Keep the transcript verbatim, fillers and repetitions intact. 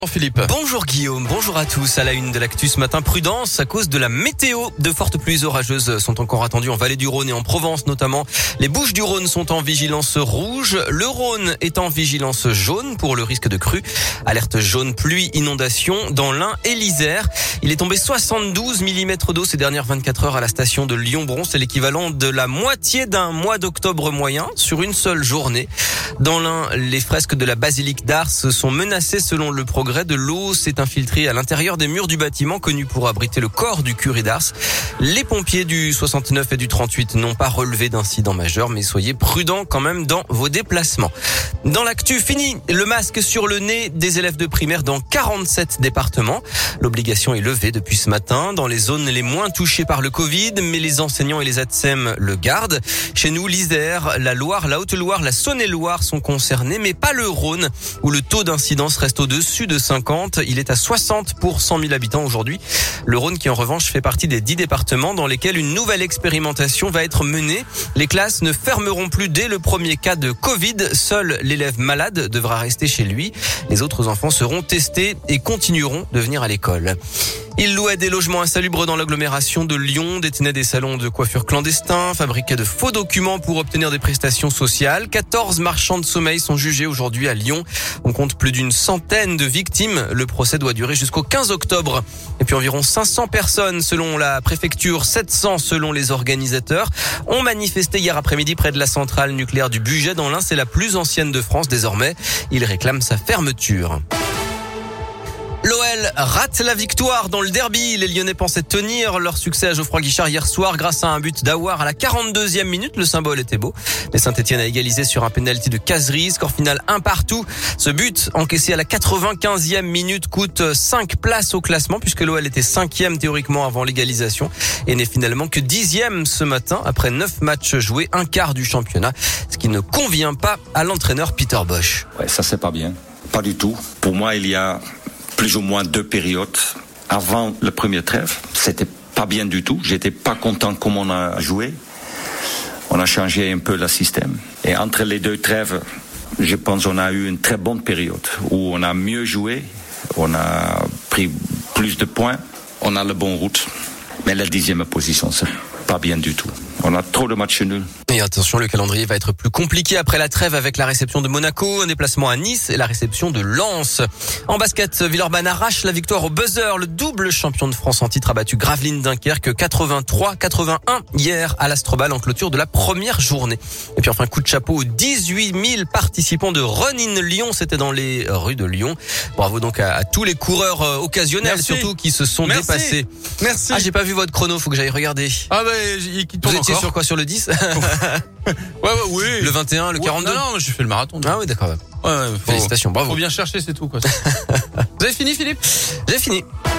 Philippe. Bonjour Guillaume, bonjour à tous. À la une de l'actu ce matin, prudence à cause de la météo. De fortes pluies orageuses sont encore attendues en vallée du Rhône et en Provence notamment. Les Bouches-du-Rhône sont en vigilance rouge. Le Rhône est en vigilance jaune pour le risque de crue. Alerte jaune pluie, inondation dans l'Ain et l'Isère. Il est tombé soixante-douze millimètres d'eau ces dernières vingt-quatre heures à la station de Lyon-Bron. C'est l'équivalent de la moitié d'un mois d'octobre moyen sur une seule journée. Dans l'Ain, les fresques de la basilique d'Ars sont menacées selon le progrès. De l'eau s'est infiltrée à l'intérieur des murs du bâtiment connu pour abriter le corps du curé d'Ars. Les pompiers du soixante-neuf et du trente-huit n'ont pas relevé d'incident majeur, mais soyez prudents quand même dans vos déplacements. Dans l'actu, fini le masque sur le nez des élèves de primaire dans quarante-sept départements. L'obligation est levée depuis ce matin dans les zones les moins touchées par le Covid, mais les enseignants et les A T S E M le gardent. Chez nous, l'Isère, la Loire, la Haute-Loire, la Saône-et-Loire sont concernés, mais pas le Rhône, où le taux d'incidence reste au-dessus de cinquante. Il est à soixante pour cent mille habitants aujourd'hui. Le Rhône qui en revanche fait partie des dix départements dans lesquels une nouvelle expérimentation va être menée. Les classes ne fermeront plus dès le premier cas de Covid. Seul l'élève malade devra rester chez lui. Les autres enfants seront testés et continueront de venir à l'école. Il louait des logements insalubres dans l'agglomération de Lyon, détenait des salons de coiffure clandestins, fabriquait de faux documents pour obtenir des prestations sociales. quatorze marchands de sommeil sont jugés aujourd'hui à Lyon. On compte plus d'une centaine de victimes. Le procès doit durer jusqu'au quinze octobre. Et puis environ cinq cents personnes selon la préfecture, sept cents selon les organisateurs, ont manifesté hier après-midi près de la centrale nucléaire du Bugey dans l'Ain. C'est la plus ancienne de France désormais. Ils réclament sa fermeture. L'O L rate la victoire dans le derby. Les Lyonnais pensaient tenir leur succès à Geoffroy Guichard hier soir grâce à un but d'Aouar à la quarante-deuxième minute. Le symbole était beau. Mais Saint-Etienne a égalisé sur un penalty de Cazerie. Score final un partout. Ce but encaissé à la quatre-vingt-quinzième minute coûte cinq places au classement puisque l'O L était cinquième théoriquement avant l'égalisation et n'est finalement que dixième ce matin après neuf matchs joués, un quart du championnat. Ce qui ne convient pas à l'entraîneur Peter Bosz. Ouais, ça c'est pas bien. Pas du tout. Pour moi, il y a plus ou moins deux périodes. Avant le premier trêve, c'était pas bien du tout. J'étais pas content comment on a joué. On a changé un peu le système. Et entre les deux trêves, je pense qu'on a eu une très bonne période où on a mieux joué, on a pris plus de points, on a la bonne route. Mais la dixième position, c'est pas bien du tout. On a trop de matchs nuls. Et attention, le calendrier va être plus compliqué après la trêve avec la réception de Monaco, un déplacement à Nice et la réception de Lens. En basket, Villeurbanne arrache la victoire au buzzer. Le double champion de France en titre a battu Gravelines Dunkerque quatre-vingt-trois à quatre-vingt-un hier à l'Astrobal en clôture de la première journée. Et puis enfin, coup de chapeau aux dix-huit mille participants de Run in Lyon. C'était dans les rues de Lyon. Bravo donc à, à tous les coureurs euh, occasionnels, Merci. surtout qui se sont Merci. dépassés. Merci. Ah, j'ai pas vu votre chrono, faut que j'aille regarder. Ah bah, il quitte Vous encore. étiez sur quoi, sur le dix? Ouais, ouais, oui. Le vingt et un, le Ouais, quarante-deux? Non, non, j'ai fait le marathon. Ah oui, d'accord. Ouais, ouais, faut, Félicitations, bravo. faut bien chercher, c'est tout, quoi. Vous avez fini, Philippe? J'ai fini.